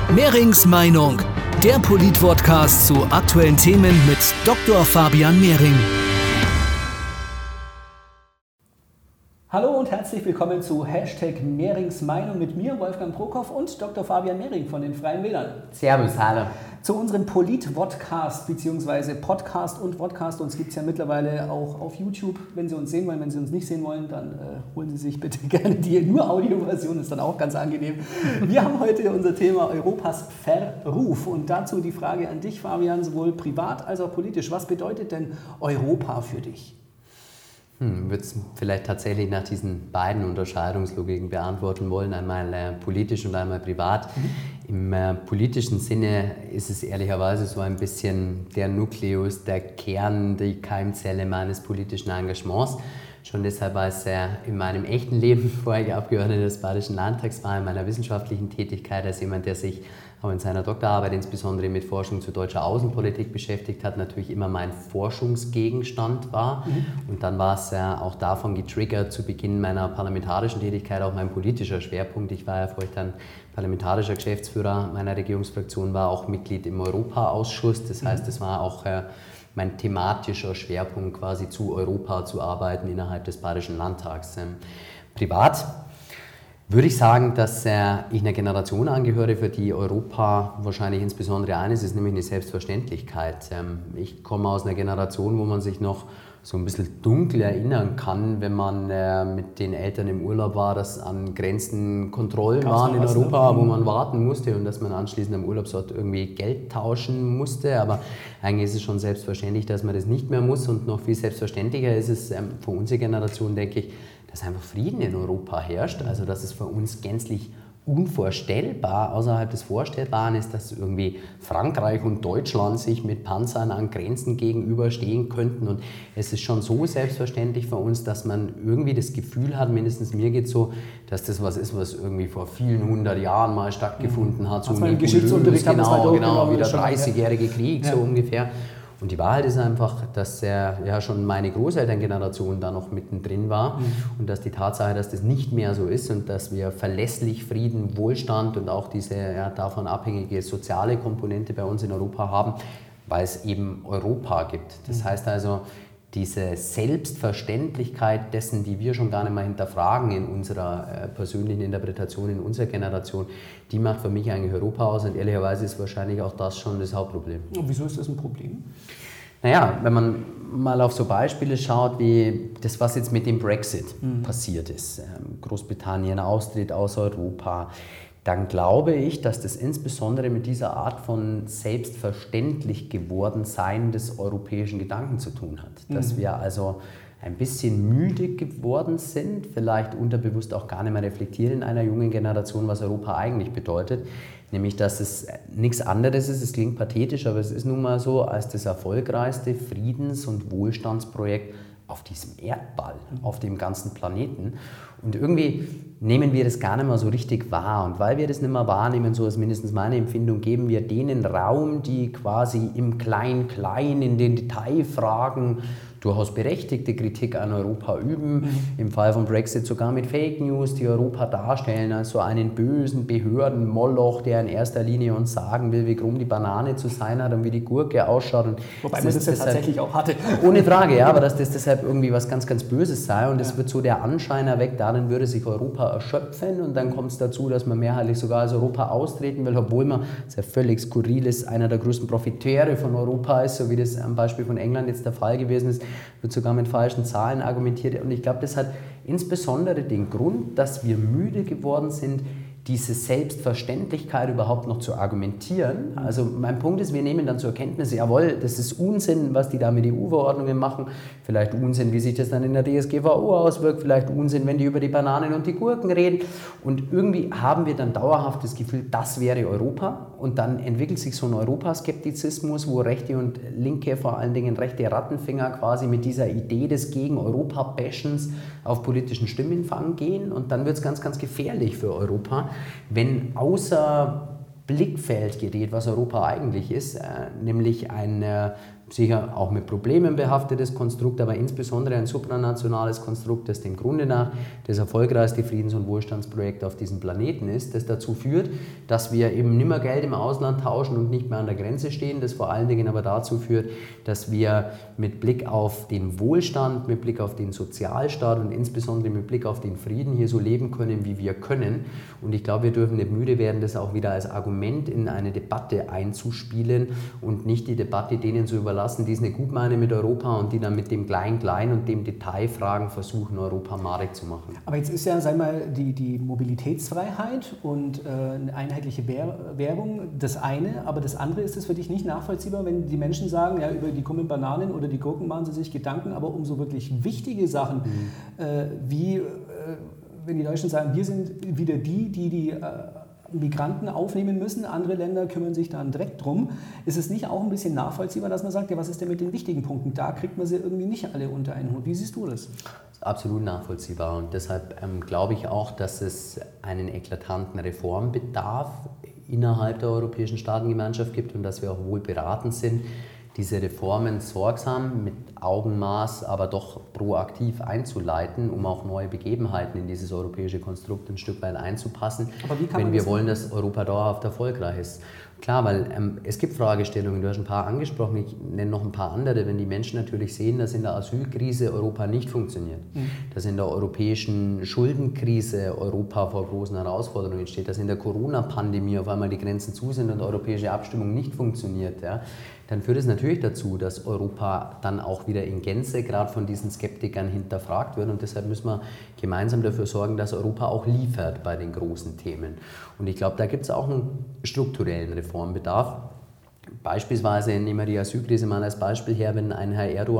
Mehrings Meinung, der Polit-Podcast zu aktuellen Themen mit Dr. Fabian Mehring. Hallo und herzlich willkommen zu #Mehrings Meinung mit mir, Wolfgang Prokop und Dr. Fabian Mehring von den Freien Wählern. Servus, hallo. Zu unserem Polit-Vodcast bzw. Podcast und Vodcast. Uns gibt es ja mittlerweile auch auf YouTube, wenn Sie uns sehen wollen. Wenn Sie uns nicht sehen wollen, dann holen Sie sich bitte gerne die nur Audioversion, ist dann auch ganz angenehm. Wir haben heute unser Thema Europas Verruf und dazu die Frage an dich, Fabian, sowohl privat als auch politisch. Was bedeutet denn Europa für dich? Würde es vielleicht tatsächlich nach diesen beiden Unterscheidungslogiken beantworten wollen, einmal politisch und einmal privat. Im politischen Sinne ist es ehrlicherweise so ein bisschen der Nukleus, der Kern, die Keimzelle meines politischen Engagements. Schon deshalb, weil es in meinem echten Leben, bevor ich Abgeordneter des Bayerischen Landtags war, in meiner wissenschaftlichen Tätigkeit als jemand, der sich auch in seiner Doktorarbeit insbesondere mit Forschung zu deutscher Außenpolitik beschäftigt hat, natürlich immer mein Forschungsgegenstand war. Und dann war es auch davon getriggert, zu Beginn meiner parlamentarischen Tätigkeit auch mein politischer Schwerpunkt. Ich war ja, bevor ich dann parlamentarischer Geschäftsführer meiner Regierungsfraktion war, auch Mitglied im Europaausschuss. Das heißt, es war auch mein thematischer Schwerpunkt, quasi zu Europa zu arbeiten innerhalb des Bayerischen Landtags. Privat würde ich sagen, dass ich einer Generation angehöre, für die Europa wahrscheinlich insbesondere eines ist, nämlich eine Selbstverständlichkeit. Ich komme aus einer Generation, wo man sich noch so ein bisschen dunkel erinnern kann, wenn man mit den Eltern im Urlaub war, dass an Grenzen Kontrollen waren in Europa, wo man warten musste und dass man anschließend am Urlaubsort irgendwie Geld tauschen musste. Aber eigentlich ist es schon selbstverständlich, dass man das nicht mehr muss und noch viel selbstverständlicher ist es für unsere Generation, denke ich, dass einfach Frieden in Europa herrscht, also dass es für uns gänzlich unvorstellbar, außerhalb des Vorstellbaren ist, dass irgendwie Frankreich und Deutschland sich mit Panzern an Grenzen gegenüberstehen könnten. Und es ist schon so selbstverständlich für uns, dass man irgendwie das Gefühl hat, mindestens mir geht es so, dass das was ist, was irgendwie vor vielen 100 Jahren mal stattgefunden hat. So im Geschichtsunterricht haben wir es halt genau, wie der 30-jährige Krieg, so ungefähr. Und die Wahrheit ist einfach, dass schon meine Großelterngeneration da noch mittendrin war und dass die Tatsache, dass das nicht mehr so ist und dass wir verlässlich Frieden, Wohlstand und auch diese davon abhängige soziale Komponente bei uns in Europa haben, weil es eben Europa gibt. Das heißt also, diese Selbstverständlichkeit dessen, die wir schon gar nicht mehr hinterfragen in unserer persönlichen Interpretation, in unserer Generation, die macht für mich eigentlich Europa aus und ehrlicherweise ist wahrscheinlich auch das schon das Hauptproblem. Und wieso ist das ein Problem? Naja, wenn man mal auf so Beispiele schaut, wie das, was jetzt mit dem Brexit passiert ist, Großbritannien Austritt aus Europa, dann glaube ich, dass das insbesondere mit dieser Art von selbstverständlich geworden Sein des europäischen Gedanken zu tun hat. Dass wir also ein bisschen müde geworden sind, vielleicht unterbewusst auch gar nicht mehr reflektieren in einer jungen Generation, was Europa eigentlich bedeutet. Nämlich, dass es nichts anderes ist, es klingt pathetisch, aber es ist nun mal so, als das erfolgreichste Friedens- und Wohlstandsprojekt auf diesem Erdball, auf dem ganzen Planeten. Und irgendwie nehmen wir das gar nicht mehr so richtig wahr. Und weil wir das nicht mehr wahrnehmen, so ist mindestens meine Empfindung, geben wir denen Raum, die quasi im Klein-Klein, in den Detailfragen durchaus berechtigte Kritik an Europa üben. Im Fall von Brexit sogar mit Fake News, die Europa darstellen als so einen bösen Behördenmoloch, der in erster Linie uns sagen will, wie krumm die Banane zu sein hat und wie die Gurke ausschaut. Und wobei man das ja tatsächlich auch hatte. Ohne Frage, ja, aber dass das deshalb irgendwie was ganz, ganz Böses sei und es wird so der Anschein erweckt, darin würde sich Europa erschöpfen und dann kommt es dazu, dass man mehrheitlich sogar aus Europa austreten will, obwohl man, das ist ja völlig skurril ist, einer der größten Profiteure von Europa ist, so wie das am Beispiel von England jetzt der Fall gewesen ist, wird sogar mit falschen Zahlen argumentiert. Und ich glaube, das hat insbesondere den Grund, dass wir müde geworden sind, diese Selbstverständlichkeit überhaupt noch zu argumentieren. Also mein Punkt ist, wir nehmen dann zur Kenntnis, jawohl, das ist Unsinn, was die da mit EU-Verordnungen machen, vielleicht Unsinn, wie sich das dann in der DSGVO auswirkt, vielleicht Unsinn, wenn die über die Bananen und die Gurken reden. Und irgendwie haben wir dann dauerhaft das Gefühl, das wäre Europa. Und dann entwickelt sich so ein Europaskeptizismus, wo Rechte und Linke, vor allen Dingen rechte Rattenfinger, quasi mit dieser Idee des Gegen-Europa-Bashens auf politischen Stimmenfang gehen. Und dann wird es ganz, ganz gefährlich für Europa, wenn außer Blickfeld gerät, was Europa eigentlich ist, nämlich ein sicher auch mit Problemen behaftetes Konstrukt, aber insbesondere ein supranationales Konstrukt, das dem Grunde nach das erfolgreichste Friedens- und Wohlstandsprojekt auf diesem Planeten ist, das dazu führt, dass wir eben nimmer Geld im Ausland tauschen und nicht mehr an der Grenze stehen, das vor allen Dingen aber dazu führt, dass wir mit Blick auf den Wohlstand, mit Blick auf den Sozialstaat und insbesondere mit Blick auf den Frieden hier so leben können, wie wir können. Und ich glaube, wir dürfen nicht müde werden, das auch wieder als Argument in eine Debatte einzuspielen und nicht die Debatte denen zu überlassen, die es nicht gut meinen mit Europa und die dann mit dem Klein-Klein und dem Detailfragen versuchen, Europa madig zu machen. Aber jetzt ist ja, sag mal, die Mobilitätsfreiheit und eine einheitliche Währung das eine, aber das andere ist es für dich nicht nachvollziehbar, wenn die Menschen sagen, ja, über die krummen Bananen oder die Gurken machen sie sich Gedanken, aber um so wirklich wichtige Sachen wie, wenn die Deutschen sagen, wir sind wieder die Migranten aufnehmen müssen, andere Länder kümmern sich dann direkt drum. Ist es nicht auch ein bisschen nachvollziehbar, dass man sagt, ja, was ist denn mit den wichtigen Punkten? Da kriegt man sie irgendwie nicht alle unter einen Hut. Wie siehst du das? Absolut nachvollziehbar und deshalb glaube ich auch, dass es einen eklatanten Reformbedarf innerhalb der Europäischen Staatengemeinschaft gibt und dass wir auch wohl beraten sind, diese Reformen sorgsam, mit Augenmaß, aber doch proaktiv einzuleiten, um auch neue Begebenheiten in dieses europäische Konstrukt ein Stück weit einzupassen, wenn wir wollen, dass Europa dauerhaft erfolgreich ist. Klar, weil es gibt Fragestellungen, du hast ein paar angesprochen, ich nenne noch ein paar andere, wenn die Menschen natürlich sehen, dass in der Asylkrise Europa nicht funktioniert, dass in der europäischen Schuldenkrise Europa vor großen Herausforderungen steht, dass in der Corona-Pandemie auf einmal die Grenzen zu sind und europäische Abstimmung nicht funktioniert, ja, dann führt es natürlich dazu, dass Europa dann auch wieder in Gänze gerade von diesen Skeptikern hinterfragt wird und deshalb müssen wir gemeinsam dafür sorgen, dass Europa auch liefert bei den großen Themen. Und ich glaube, da gibt es auch einen strukturellen Reformbedarf. Beispielsweise nehmen wir die Asylkrise mal als Beispiel her, wenn ein Herr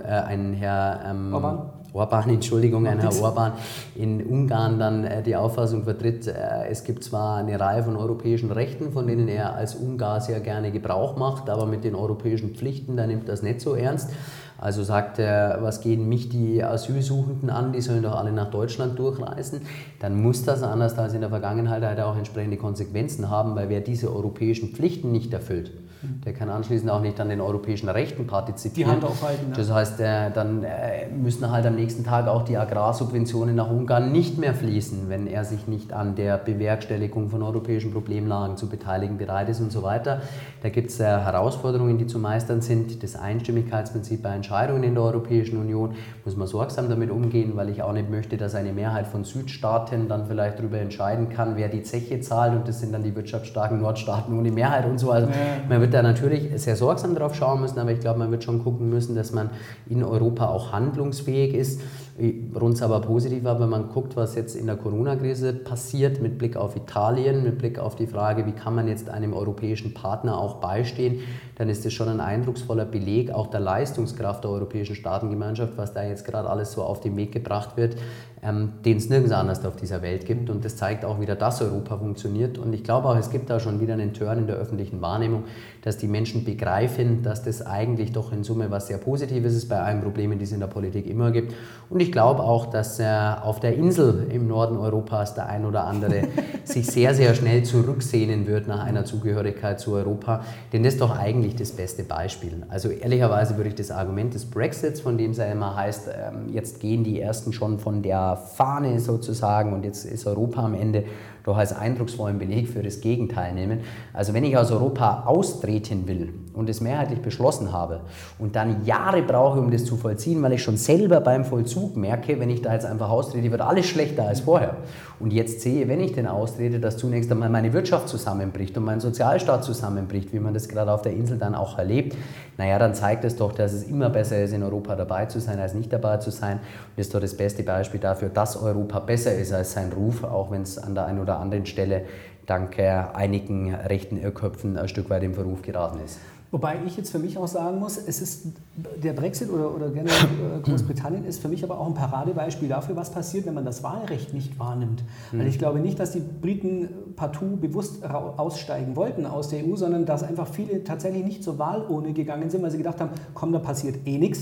Orban in Ungarn dann die Auffassung vertritt, es gibt zwar eine Reihe von europäischen Rechten, von denen er als Ungar sehr gerne Gebrauch macht, aber mit den europäischen Pflichten, da nimmt das nicht so ernst. Also sagt er, was gehen mich die Asylsuchenden an, die sollen doch alle nach Deutschland durchreisen. Dann muss das anders als in der Vergangenheit halt auch entsprechende Konsequenzen haben, weil wer diese europäischen Pflichten nicht erfüllt, der kann anschließend auch nicht an den europäischen Rechten partizipieren. Die Hand aufhalten. Ja. Das heißt, dann müssen halt am nächsten Tag auch die Agrarsubventionen nach Ungarn nicht mehr fließen, wenn er sich nicht an der Bewerkstelligung von europäischen Problemlagen zu beteiligen bereit ist und so weiter. Da gibt es Herausforderungen, die zu meistern sind. Das Einstimmigkeitsprinzip bei Entscheidungen in der Europäischen Union muss man sorgsam damit umgehen, weil ich auch nicht möchte, dass eine Mehrheit von Südstaaten dann vielleicht darüber entscheiden kann, wer die Zeche zahlt und das sind dann die wirtschaftsstarken Nordstaaten ohne Mehrheit und so. Also man wird da natürlich sehr sorgsam drauf schauen müssen, aber ich glaube, man wird schon gucken müssen, dass man in Europa auch handlungsfähig ist. Rund's aber positiv war, wenn man guckt, was jetzt in der Corona-Krise passiert, mit Blick auf Italien, mit Blick auf die Frage, wie kann man jetzt einem europäischen Partner auch beistehen, dann ist das schon ein eindrucksvoller Beleg auch der Leistungskraft der Europäischen Staatengemeinschaft, was da jetzt gerade alles so auf den Weg gebracht wird, den es nirgends anders auf dieser Welt gibt. Und das zeigt auch wieder, dass Europa funktioniert. Und ich glaube auch, es gibt da schon wieder einen Turn in der öffentlichen Wahrnehmung, dass die Menschen begreifen, dass das eigentlich doch in Summe was sehr Positives ist bei allen Problemen, die es in der Politik immer gibt. Und ich glaube auch, dass auf der Insel im Norden Europas der ein oder andere sich sehr, sehr schnell zurücksehnen wird nach einer Zugehörigkeit zu Europa. Denn das ist doch eigentlich das beste Beispiel. Also ehrlicherweise würde ich das Argument des Brexits, von dem es ja immer heißt, jetzt gehen die Ersten schon von der Fahne sozusagen und jetzt ist Europa am Ende, doch als eindrucksvollen Beleg für das Gegenteil nehmen. Also wenn ich aus Europa austreten will und es mehrheitlich beschlossen habe und dann Jahre brauche, um das zu vollziehen, weil ich schon selber beim Vollzug merke, wenn ich da jetzt einfach austrete, wird alles schlechter als vorher. Und jetzt sehe, wenn ich denn austrete, dass zunächst einmal meine Wirtschaft zusammenbricht und mein Sozialstaat zusammenbricht, wie man das gerade auf der Insel dann auch erlebt, naja, dann zeigt es doch, dass es immer besser ist, in Europa dabei zu sein, als nicht dabei zu sein. Und das ist doch das beste Beispiel dafür, dass Europa besser ist als sein Ruf, auch wenn es an der einen oder anderen Stelle dank einigen rechten Irrköpfen ein Stück weit im Verruf geraten ist. Wobei ich jetzt für mich auch sagen muss, es ist der Brexit oder generell Großbritannien ist für mich aber auch ein Paradebeispiel dafür, was passiert, wenn man das Wahlrecht nicht wahrnimmt. Weil ich glaube nicht, dass die Briten partout bewusst aussteigen wollten aus der EU, sondern dass einfach viele tatsächlich nicht zur Wahlurne gegangen sind, weil sie gedacht haben, komm, da passiert eh nichts.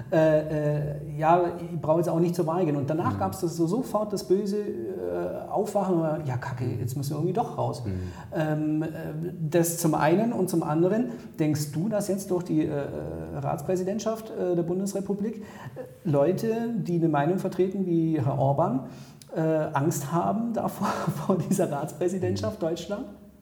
ich brauche jetzt auch nicht zur Wahl gehen. Und danach gab es sofort das böse Aufwachen, ja kacke, jetzt müssen wir irgendwie doch raus. Das zum einen und zum anderen, denkst du, dass jetzt durch die Ratspräsidentschaft der Bundesrepublik Leute, die eine Meinung vertreten wie Herr Orban, Angst haben davor, vor dieser Ratspräsidentschaft Deutschland?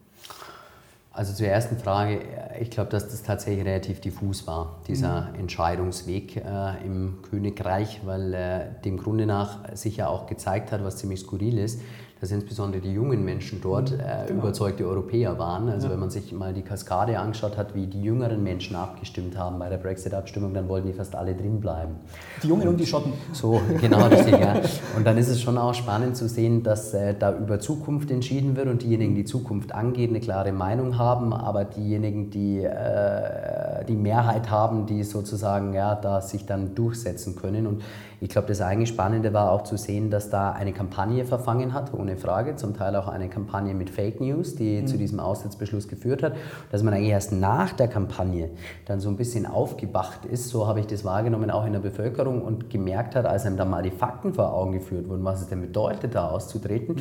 Also zur ersten Frage, ich glaube, dass das tatsächlich relativ diffus war, dieser Entscheidungsweg im Königreich, weil dem Grunde nach sich ja auch gezeigt hat, was ziemlich skurril ist, dass insbesondere die jungen Menschen dort überzeugte Europäer waren. Also wenn man sich mal die Kaskade angeschaut hat, wie die jüngeren Menschen abgestimmt haben bei der Brexit-Abstimmung, dann wollten die fast alle drin bleiben. Die Jungen und die Schotten. So, genau, richtig, ja. Und dann ist es schon auch spannend zu sehen, dass da über Zukunft entschieden wird und diejenigen, die Zukunft angeht, eine klare Meinung haben, aber diejenigen, die die Mehrheit haben, die sozusagen da sich dann durchsetzen können. Und ich glaube, das eigentlich Spannende war auch zu sehen, dass da eine Kampagne verfangen hat, ohne Frage, zum Teil auch eine Kampagne mit Fake News, die zu diesem Austrittsbeschluss geführt hat, dass man eigentlich erst nach der Kampagne dann so ein bisschen aufgewacht ist, so habe ich das wahrgenommen, auch in der Bevölkerung und gemerkt hat, als einem dann mal die Fakten vor Augen geführt wurden, was es denn bedeutet, da auszutreten,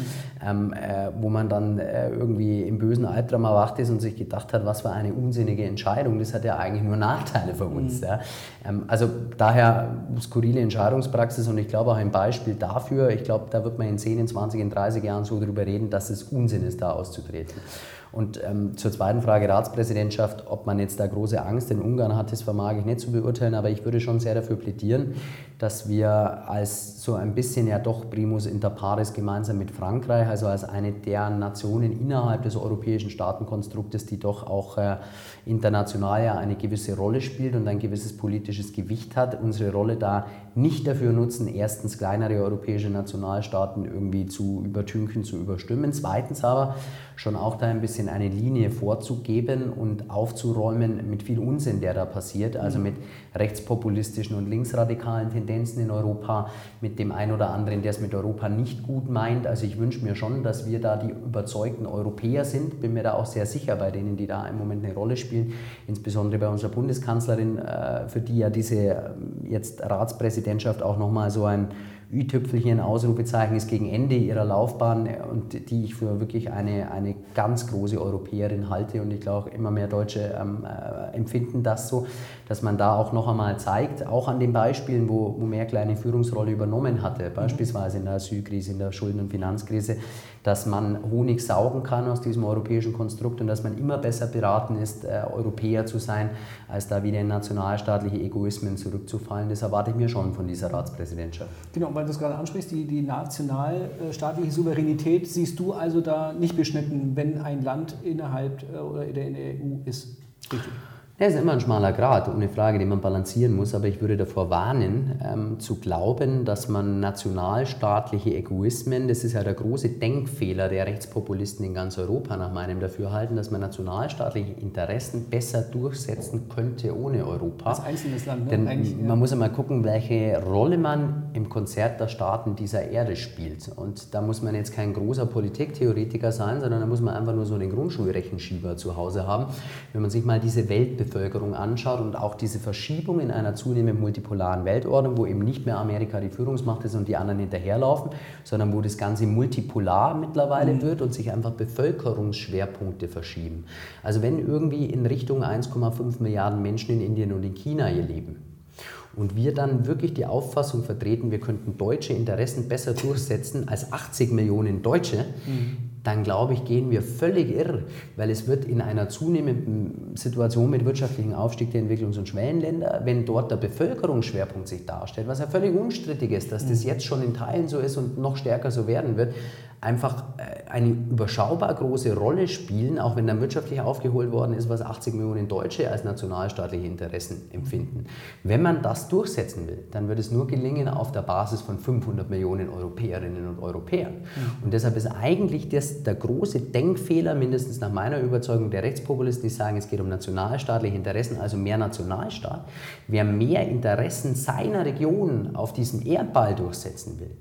wo man dann irgendwie im bösen Albtraum erwacht ist und sich gedacht hat, was für eine unsinnige Entscheidung, das hat ja eigentlich nur Nachteile für uns. Ja. Also daher skurrile Entscheidungspraxis und ich glaube auch ein Beispiel dafür, ich glaube, da wird man in 10, in 20, in 30 Jahren so drüber reden, dass es Unsinn ist, da auszutreten. Und zur zweiten Frage Ratspräsidentschaft, ob man jetzt da große Angst in Ungarn hat, das vermag ich nicht zu beurteilen, aber ich würde schon sehr dafür plädieren, dass wir als so ein bisschen ja doch primus inter pares gemeinsam mit Frankreich, also als eine der Nationen innerhalb des europäischen Staatenkonstruktes, die doch auch international ja eine gewisse Rolle spielt und ein gewisses politisches Gewicht hat, unsere Rolle da nicht dafür nutzen, erstens kleinere europäische Nationalstaaten irgendwie zu übertünchen, zu überstimmen, zweitens aber schon auch da ein bisschen eine Linie vorzugeben und aufzuräumen mit viel Unsinn, der da passiert, also mit rechtspopulistischen und linksradikalen Tendenzen in Europa, mit dem einen oder anderen, der es mit Europa nicht gut meint. Also ich wünsche mir schon, dass wir da die überzeugten Europäer sind, bin mir da auch sehr sicher bei denen, die da im Moment eine Rolle spielen, insbesondere bei unserer Bundeskanzlerin, für die ja diese jetzt Ratspräsidentschaft auch nochmal so ein Ü-Tüpfelchen, Ausrufezeichen ist gegen Ende ihrer Laufbahn und die ich für wirklich eine ganz große Europäerin halte und ich glaube auch immer mehr Deutsche empfinden das so, dass man da auch noch einmal zeigt, auch an den Beispielen, wo Merkel eine Führungsrolle übernommen hatte, beispielsweise in der Asylkrise, in der Schulden- und Finanzkrise, dass man Honig saugen kann aus diesem europäischen Konstrukt und dass man immer besser beraten ist, Europäer zu sein, als da wieder in nationalstaatliche Egoismen zurückzufallen. Das erwarte ich mir schon von dieser Ratspräsidentschaft. Genau, weil du es gerade ansprichst, die nationalstaatliche Souveränität siehst du also da nicht beschnitten, wenn ein Land innerhalb oder in der EU ist. Richtig. Ja, ist immer ein schmaler Grat, ohne Frage, den man balancieren muss, aber ich würde davor warnen, zu glauben, dass man nationalstaatliche Egoismen, das ist ja der große Denkfehler der Rechtspopulisten in ganz Europa nach meinem Dafürhalten, dass man nationalstaatliche Interessen besser durchsetzen könnte ohne Europa. Als einzelnes Land, ne? Denn man muss einmal gucken, welche Rolle man im Konzert der Staaten dieser Erde spielt. Und da muss man jetzt kein großer Politiktheoretiker sein, sondern da muss man einfach nur so einen Grundschulrechenschieber zu Hause haben. Wenn man sich mal diese Weltbevölkerung anschaut und auch diese Verschiebung in einer zunehmend multipolaren Weltordnung, wo eben nicht mehr Amerika die Führungsmacht ist und die anderen hinterherlaufen, sondern wo das Ganze multipolar mittlerweile wird und sich einfach Bevölkerungsschwerpunkte verschieben. Also wenn irgendwie in Richtung 1,5 Milliarden Menschen in Indien und in China hier leben, und wir dann wirklich die Auffassung vertreten, wir könnten deutsche Interessen besser durchsetzen als 80 Millionen Deutsche, dann glaube ich, gehen wir völlig irre, weil es wird in einer zunehmenden Situation mit wirtschaftlichem Aufstieg der Entwicklungs- und Schwellenländer, wenn dort der Bevölkerungsschwerpunkt sich darstellt, was ja völlig unstrittig ist, dass das jetzt schon in Teilen so ist und noch stärker so werden wird, einfach eine überschaubar große Rolle spielen, auch wenn dann wirtschaftlich aufgeholt worden ist, was 80 Millionen Deutsche als nationalstaatliche Interessen empfinden. Wenn man das durchsetzen will, dann wird es nur gelingen auf der Basis von 500 Millionen Europäerinnen und Europäern. Und deshalb ist eigentlich der große Denkfehler, mindestens nach meiner Überzeugung der Rechtspopulisten, die sagen, es geht um nationalstaatliche Interessen, also mehr Nationalstaat. Wer mehr Interessen seiner Region auf diesem Erdball durchsetzen will,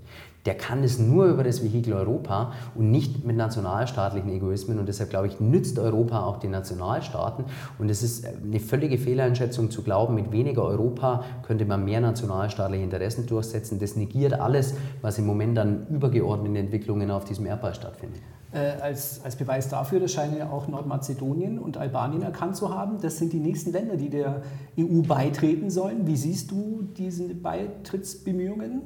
der kann es nur über das Vehikel Europa und nicht mit nationalstaatlichen Egoismen. Und deshalb, glaube ich, nützt Europa auch den Nationalstaaten. Und es ist eine völlige Fehleinschätzung zu glauben, mit weniger Europa könnte man mehr nationalstaatliche Interessen durchsetzen. Das negiert alles, was im Moment an übergeordneten Entwicklungen auf diesem Erdball stattfindet. Als Beweis dafür, das scheinen ja auch Nordmazedonien und Albanien erkannt zu haben. Das sind die nächsten Länder, die der EU beitreten sollen. Wie siehst du diese Beitrittsbemühungen?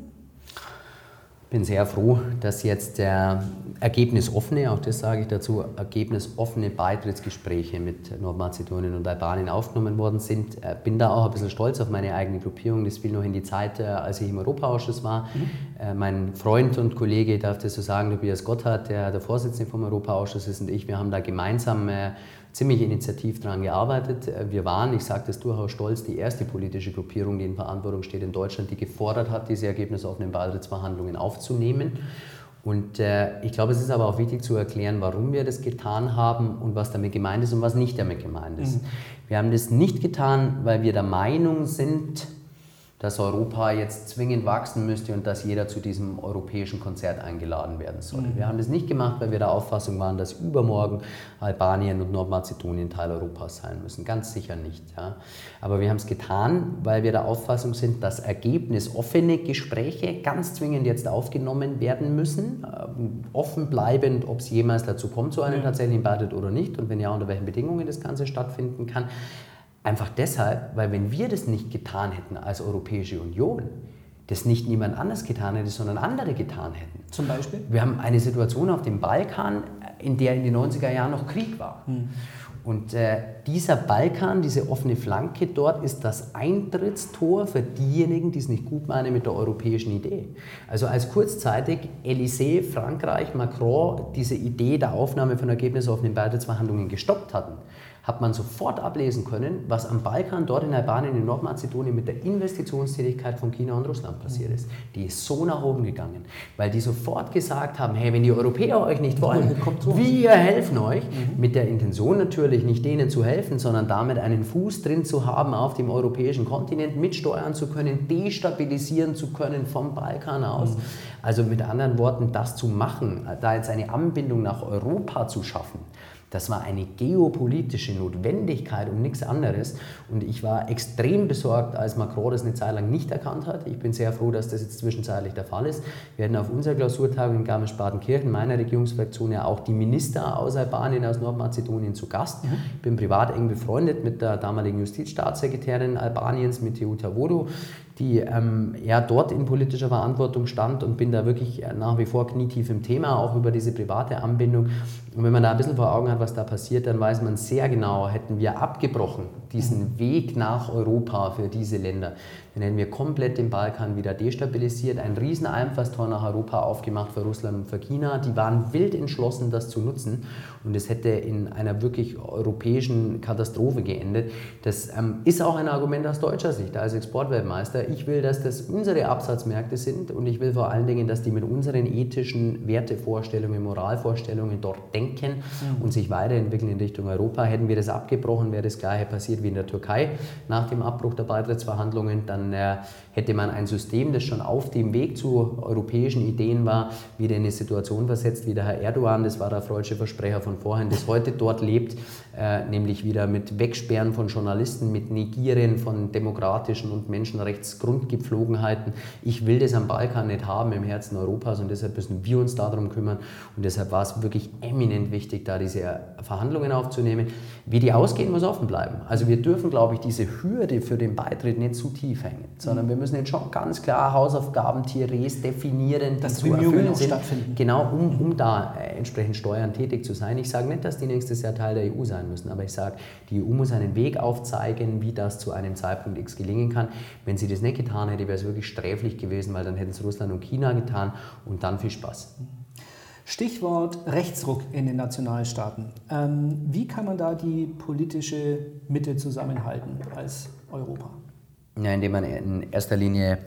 Ich bin sehr froh, dass jetzt ergebnisoffene, auch das sage ich dazu, ergebnisoffene Beitrittsgespräche mit Nordmazedonien und Albanien aufgenommen worden sind. Bin da auch ein bisschen stolz auf meine eigene Gruppierung. Das fiel noch in die Zeit, als ich im Europaausschuss war. Mein Freund und Kollege, darf das so sagen, Tobias Gotthard, der Vorsitzende vom Europaausschuss ist, und ich, wir haben da gemeinsam ziemlich initiativ daran gearbeitet. Wir waren, ich sage das durchaus stolz, die erste politische Gruppierung, die in Verantwortung steht in Deutschland, die gefordert hat, diese ergebnisoffenen Beitrittsverhandlungen aufzunehmen. Und ich glaube, es ist aber auch wichtig zu erklären, warum wir das getan haben und was damit gemeint ist und was nicht damit gemeint ist. Wir haben das nicht getan, weil wir der Meinung sind, dass Europa jetzt zwingend wachsen müsste und dass jeder zu diesem europäischen Konzert eingeladen werden soll. Wir haben das nicht gemacht, weil wir der Auffassung waren, dass übermorgen Albanien und Nordmazedonien Teil Europas sein müssen. Ganz sicher nicht. Ja. Aber wir haben es getan, weil wir der Auffassung sind, dass ergebnisoffene Gespräche ganz zwingend jetzt aufgenommen werden müssen, offen bleibend, ob es jemals dazu kommt, zu einem tatsächlichen Beitritt oder nicht, und wenn ja, unter welchen Bedingungen das Ganze stattfinden kann. Einfach deshalb, weil wenn wir das nicht getan hätten als Europäische Union, das nicht niemand anders getan hätte, sondern andere getan hätten. Zum Beispiel? Wir haben eine Situation auf dem Balkan, in der in den 90er Jahren noch Krieg war. Und dieser Balkan, diese offene Flanke dort, ist das Eintrittstor für diejenigen, die es nicht gut meinen mit der europäischen Idee. Also als kurzzeitig Élysée, Frankreich, Macron diese Idee der Aufnahme von ergebnisoffenen Beitrittsverhandlungen gestoppt hatten, hat man sofort ablesen können, was am Balkan, dort in Albanien, in Nordmazedonien mit der Investitionstätigkeit von China und Russland passiert ist. Die ist so nach oben gegangen, weil die sofort gesagt haben, hey, wenn die Europäer euch nicht wollen, wir helfen euch, mit der Intention natürlich nicht denen zu helfen, sondern damit einen Fuß drin zu haben auf dem europäischen Kontinent, mitsteuern zu können, destabilisieren zu können vom Balkan aus. Also mit anderen Worten, das zu machen, da jetzt eine Anbindung nach Europa zu schaffen, das war eine geopolitische Notwendigkeit und nichts anderes. Und ich war extrem besorgt, als Macron das eine Zeit lang nicht erkannt hat. Ich bin sehr froh, dass das jetzt zwischenzeitlich der Fall ist. Wir hatten auf unserer Klausurtagung in Garmisch-Partenkirchen, meiner Regierungsfraktion, ja auch die Minister aus Albanien, aus Nordmazedonien zu Gast. Ich bin privat eng befreundet mit der damaligen Justizstaatssekretärin Albaniens, mit Teuta Vodu, die dort in politischer Verantwortung stand, und bin da wirklich nach wie vor knietief im Thema, auch über diese private Anbindung. Und wenn man da ein bisschen vor Augen hat, was da passiert, dann weiß man sehr genau, hätten wir abgebrochen, diesen Weg nach Europa für diese Länder, dann hätten wir komplett den Balkan wieder destabilisiert, ein riesen Einfallstor nach Europa aufgemacht für Russland und für China. Die waren wild entschlossen, das zu nutzen, und es hätte in einer wirklich europäischen Katastrophe geendet. Das ist auch ein Argument aus deutscher Sicht, als Exportweltmeister. Ich will, dass das unsere Absatzmärkte sind, und ich will vor allen Dingen, dass die mit unseren ethischen Wertevorstellungen, Moralvorstellungen dort denken und sich weiterentwickeln in Richtung Europa. Hätten wir das abgebrochen, wäre das Gleiche passiert wie in der Türkei nach dem Abbruch der Beitrittsverhandlungen. Dann hätte man ein System, das schon auf dem Weg zu europäischen Ideen war, wieder in eine Situation versetzt, wie der Herr Erdogan, das war der freudsche Versprecher von vorhin, das heute dort lebt, nämlich wieder mit Wegsperren von Journalisten, mit Negieren von demokratischen und Menschenrechtsgrundgepflogenheiten. Ich will das am Balkan nicht haben, im Herzen Europas, und deshalb müssen wir uns darum kümmern, und deshalb war es wirklich eminent wichtig, da diese Verhandlungen aufzunehmen. Wie die ausgehen, muss offen bleiben. Also wir dürfen, glaube ich, diese Hürde für den Beitritt nicht zu tief hängen, sondern wir müssen jetzt schon ganz klar Hausaufgaben, Tirés definieren, dass Bemühungen stattfinden. Genau, um da entsprechend steuernd tätig zu sein. Ich sage nicht, dass die nächstes Jahr Teil der EU sein müssen, aber ich sage, die EU muss einen Weg aufzeigen, wie das zu einem Zeitpunkt X gelingen kann. Wenn sie das nicht getan hätte, wäre es wirklich sträflich gewesen, weil dann hätten es Russland und China getan, und dann viel Spaß. Stichwort Rechtsruck in den Nationalstaaten. Wie kann man da die politische Mitte zusammenhalten als Europa? Ja, indem man in erster Linie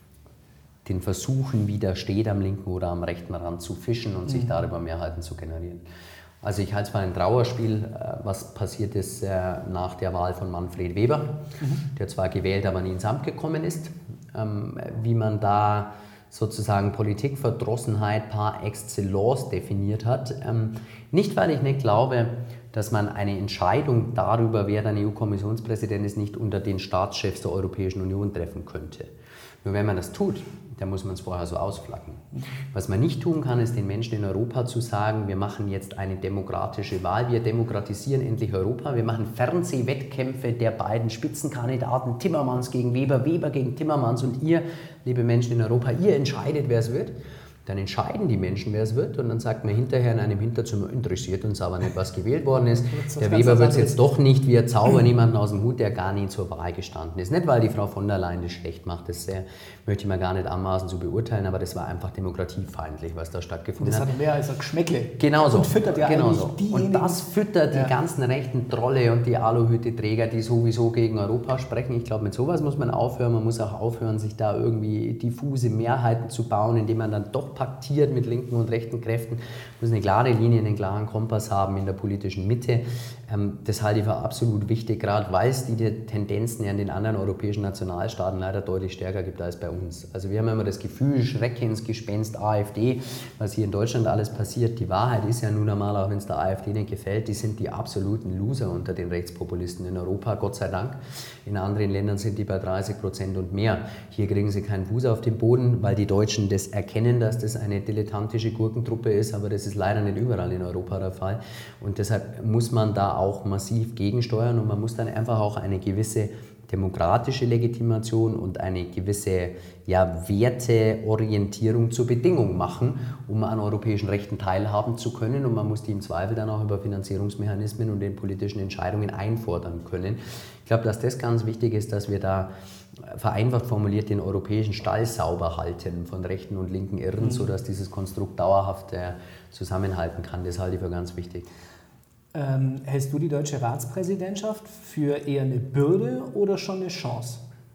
den Versuchen widersteht, am linken oder am rechten Rand zu fischen und sich darüber Mehrheiten zu generieren. Also ich halte es für ein Trauerspiel, was passiert ist nach der Wahl von Manfred Weber, der zwar gewählt, aber nie ins Amt gekommen ist. Wie man da sozusagen Politikverdrossenheit par excellence definiert hat. Nicht, weil ich nicht glaube, dass man eine Entscheidung darüber, wer dann EU-Kommissionspräsident ist, nicht unter den Staatschefs der Europäischen Union treffen könnte. Nur wenn man das tut, dann muss man es vorher so ausflaggen. Was man nicht tun kann, ist den Menschen in Europa zu sagen, wir machen jetzt eine demokratische Wahl, wir demokratisieren endlich Europa, wir machen Fernsehwettkämpfe der beiden Spitzenkandidaten, Timmermans gegen Weber, Weber gegen Timmermans und ihr, liebe Menschen in Europa, ihr entscheidet, wer es wird. Dann entscheiden die Menschen, wer es wird und dann sagt man hinterher in einem Hinterzimmer, interessiert uns aber nicht, was gewählt worden ist. Der Weber wird es jetzt doch nicht, wir zaubern niemanden aus dem Hut, der gar nie zur Wahl gestanden ist. Nicht, weil die Frau von der Leyen das schlecht macht, das möchte ich mir gar nicht anmaßen zu beurteilen, aber das war einfach demokratiefeindlich, was da stattgefunden hat. Das hat mehr als ein Geschmäckle. Genauso. Und füttert ja eigentlich diejenigen. Und das füttert die ganzen rechten Trolle und die Aluhüte-Träger, die sowieso gegen Europa sprechen. Ich glaube, mit sowas muss man aufhören. Man muss auch aufhören, sich da irgendwie diffuse Mehrheiten zu bauen, indem man dann doch paktiert mit linken und rechten Kräften. Man muss eine klare Linie, einen klaren Kompass haben in der politischen Mitte. Das halte ich für absolut wichtig, gerade weil es diese Tendenzen in den anderen europäischen Nationalstaaten leider deutlich stärker gibt als bei uns. Also wir haben immer das Gefühl, Schreckensgespenst AfD, was hier in Deutschland alles passiert. Die Wahrheit ist ja nun einmal, auch wenn es der AfD nicht gefällt, die sind die absoluten Loser unter den Rechtspopulisten in Europa, Gott sei Dank. In anderen Ländern sind die bei 30% und mehr. Hier kriegen sie keinen Fuß auf den Boden, weil die Deutschen das erkennen, dass das eine dilettantische Gurkentruppe ist, aber das ist leider nicht überall in Europa der Fall. Und deshalb muss man da auch massiv gegensteuern und man muss dann einfach auch eine gewisse demokratische Legitimation und eine gewisse Werteorientierung zur Bedingung machen, um an europäischen Rechten teilhaben zu können und man muss die im Zweifel dann auch über Finanzierungsmechanismen und den politischen Entscheidungen einfordern können. Ich glaube, dass das ganz wichtig ist, dass wir da vereinfacht formuliert den europäischen Stall sauber halten von rechten und linken Irren, sodass dieses Konstrukt dauerhaft zusammenhalten kann. Das halte ich für ganz wichtig. Hältst du die deutsche Ratspräsidentschaft für eher eine Bürde oder schon eine Chance?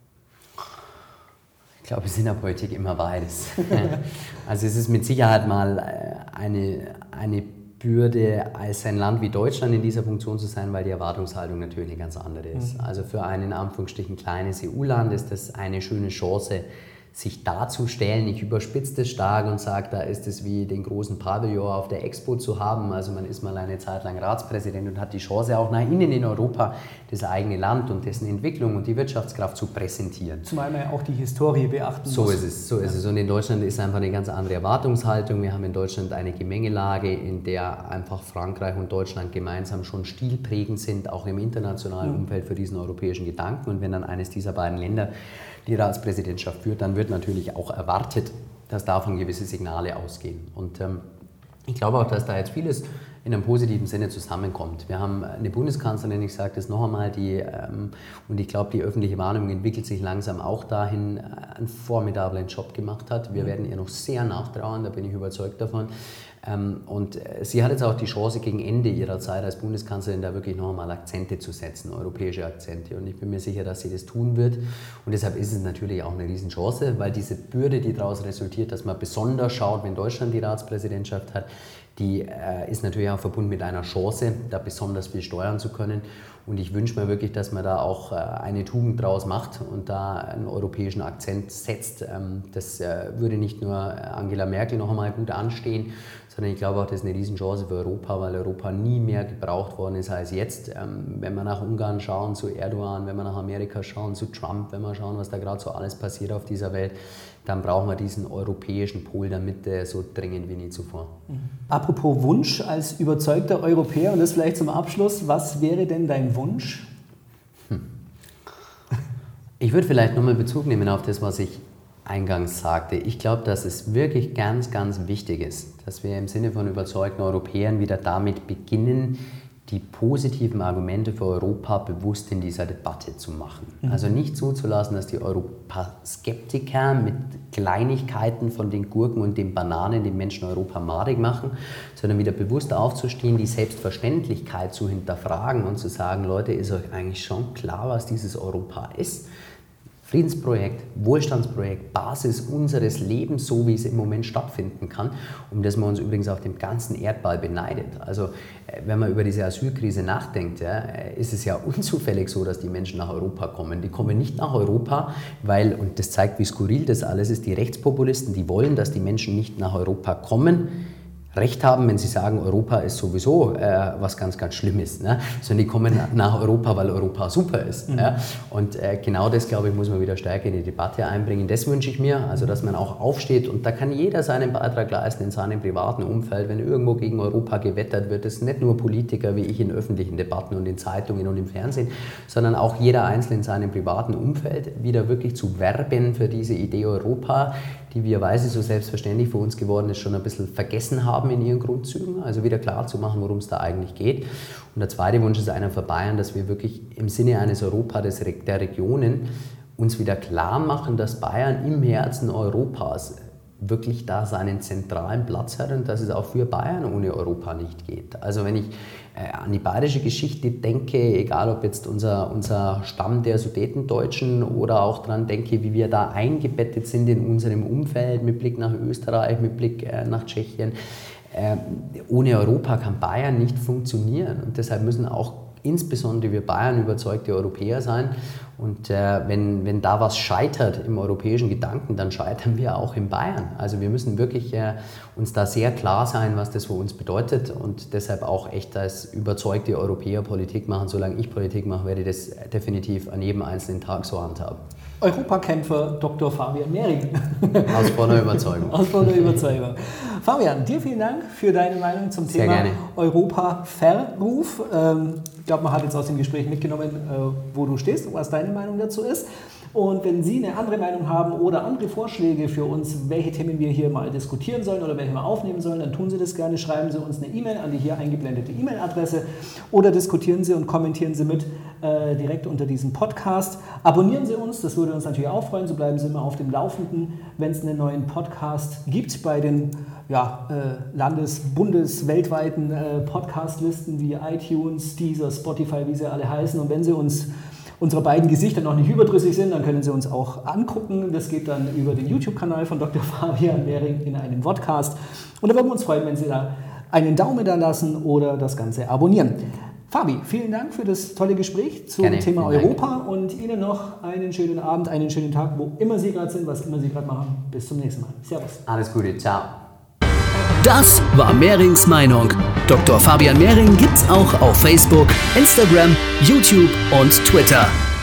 Ich glaube, es ist in der Politik immer beides. Also es ist mit Sicherheit mal eine Bürde, als ein Land wie Deutschland in dieser Funktion zu sein, weil die Erwartungshaltung natürlich eine ganz andere ist. Also für ein in Anführungsstrichen kleines EU-Land ist das eine schöne Chance, sich darzustellen. Ich überspitze das stark und sage, da ist es wie den großen Pavillon auf der Expo zu haben. Also man ist mal eine Zeit lang Ratspräsident und hat die Chance, auch nach innen in Europa das eigene Land und dessen Entwicklung und die Wirtschaftskraft zu präsentieren. Zumal man ja auch die Historie beachten muss. So ist es. Und in Deutschland ist einfach eine ganz andere Erwartungshaltung. Wir haben in Deutschland eine Gemengelage, in der einfach Frankreich und Deutschland gemeinsam schon stilprägend sind, auch im internationalen Umfeld für diesen europäischen Gedanken. Und wenn dann eines dieser beiden Länder die Ratspräsidentschaft führt, dann wird natürlich auch erwartet, dass davon gewisse Signale ausgehen. Und ich glaube auch, dass da jetzt vieles in einem positiven Sinne zusammenkommt. Wir haben eine Bundeskanzlerin, ich sage das noch einmal, und ich glaube, die öffentliche Wahrnehmung entwickelt sich langsam auch dahin, einen formidablen Job gemacht hat. Wir werden ihr noch sehr nachtrauern, da bin ich überzeugt davon. Und sie hat jetzt auch die Chance, gegen Ende ihrer Zeit als Bundeskanzlerin da wirklich noch einmal Akzente zu setzen, europäische Akzente. Und ich bin mir sicher, dass sie das tun wird. Und deshalb ist es natürlich auch eine Riesenchance, weil diese Bürde, die daraus resultiert, dass man besonders schaut, wenn Deutschland die Ratspräsidentschaft hat, die ist natürlich auch verbunden mit einer Chance, da besonders viel steuern zu können. Und ich wünsche mir wirklich, dass man da auch eine Tugend draus macht und da einen europäischen Akzent setzt. Das würde nicht nur Angela Merkel noch einmal gut anstehen, sondern ich glaube auch, das ist eine Riesenchance für Europa, weil Europa nie mehr gebraucht worden ist als jetzt. Wenn wir nach Ungarn schauen, zu Erdogan, wenn wir nach Amerika schauen, zu Trump, wenn wir schauen, was da gerade so alles passiert auf dieser Welt, dann brauchen wir diesen europäischen Pol der Mitte so dringend wie nie zuvor. Apropos Wunsch, als überzeugter Europäer, und das vielleicht zum Abschluss, was wäre denn dein Wunsch? Ich würde vielleicht nochmal Bezug nehmen auf das, was ich eingangs sagte. Ich glaube, dass es wirklich ganz, ganz wichtig ist, dass wir im Sinne von überzeugten Europäern wieder damit beginnen, die positiven Argumente für Europa bewusst in dieser Debatte zu machen. Also nicht zuzulassen, dass die Europaskeptiker mit Kleinigkeiten von den Gurken und den Bananen den Menschen Europa madig machen, sondern wieder bewusst aufzustehen, die Selbstverständlichkeit zu hinterfragen und zu sagen, Leute, ist euch eigentlich schon klar, was dieses Europa ist? Friedensprojekt, Wohlstandsprojekt, Basis unseres Lebens, so wie es im Moment stattfinden kann, um das man uns übrigens auf dem ganzen Erdball beneidet. Also wenn man über diese Asylkrise nachdenkt, ja, ist es ja unzufällig so, dass die Menschen nach Europa kommen. Die kommen nicht nach Europa, weil, und das zeigt, wie skurril das alles ist, die Rechtspopulisten, die wollen, dass die Menschen nicht nach Europa kommen, Recht haben, wenn sie sagen, Europa ist sowieso was ganz, ganz Schlimmes, ne? Sondern die kommen nach Europa, weil Europa super ist. Ja? Und genau das, glaube ich, muss man wieder stärker in die Debatte einbringen. Das wünsche ich mir, also dass man auch aufsteht und da kann jeder seinen Beitrag leisten in seinem privaten Umfeld, wenn irgendwo gegen Europa gewettert wird. Das sind nicht nur Politiker wie ich in öffentlichen Debatten und in Zeitungen und im Fernsehen, sondern auch jeder Einzelne in seinem privaten Umfeld wieder wirklich zu werben für diese Idee Europa, die wir, weil sie so selbstverständlich für uns geworden ist, schon ein bisschen vergessen haben in ihren Grundzügen, also wieder klar zu machen, worum es da eigentlich geht. Und der zweite Wunsch ist einer für Bayern, dass wir wirklich im Sinne eines Europa der Regionen uns wieder klar machen, dass Bayern im Herzen Europas wirklich da seinen zentralen Platz hat und dass es auch für Bayern ohne Europa nicht geht. Also wenn ich an die bayerische Geschichte denke, egal ob jetzt unser Stamm der Sudetendeutschen oder auch daran denke, wie wir da eingebettet sind in unserem Umfeld mit Blick nach Österreich, mit Blick nach Tschechien, ohne Europa kann Bayern nicht funktionieren und deshalb müssen auch insbesondere wir Bayern überzeugte Europäer sein. Und wenn da was scheitert im europäischen Gedanken, dann scheitern wir auch in Bayern. Also wir müssen wirklich uns da sehr klar sein, was das für uns bedeutet und deshalb auch echt als überzeugte Europäer Politik machen. Solange ich Politik mache, werde ich das definitiv an jedem einzelnen Tag so handhaben. Europakämpfer Dr. Fabian Mehring. Aus voller Überzeugung. Aus voller Überzeugung. Fabian, dir vielen Dank für deine Meinung zum Thema Europa-Verruf. Ich glaube, man hat jetzt aus dem Gespräch mitgenommen, wo du stehst und was deine Meinung dazu ist. Und wenn Sie eine andere Meinung haben oder andere Vorschläge für uns, welche Themen wir hier mal diskutieren sollen oder welche wir aufnehmen sollen, dann tun Sie das gerne. Schreiben Sie uns eine E-Mail an die hier eingeblendete E-Mail-Adresse oder diskutieren Sie und kommentieren Sie mit direkt unter diesem Podcast. Abonnieren Sie uns, das würde uns natürlich auch freuen. So bleiben Sie immer auf dem Laufenden, wenn es einen neuen Podcast gibt bei den weltweiten Podcast-Listen wie iTunes, Deezer, Spotify, wie sie alle heißen. Und wenn Sie uns unsere beiden Gesichter noch nicht überdrüssig sind, dann können Sie uns auch angucken. Das geht dann über den YouTube-Kanal von Dr. Fabian Mehring in einem Podcast. Und da würden wir uns freuen, wenn Sie da einen Daumen da lassen oder das Ganze abonnieren. Fabi, vielen Dank für das tolle Gespräch zum Thema Europa und Ihnen noch einen schönen Abend, einen schönen Tag, wo immer Sie gerade sind, was immer Sie gerade machen. Bis zum nächsten Mal. Servus. Alles Gute, ciao. Das war Mehrings Meinung. Dr. Fabian Mehring gibt's auch auf Facebook, Instagram, YouTube und Twitter.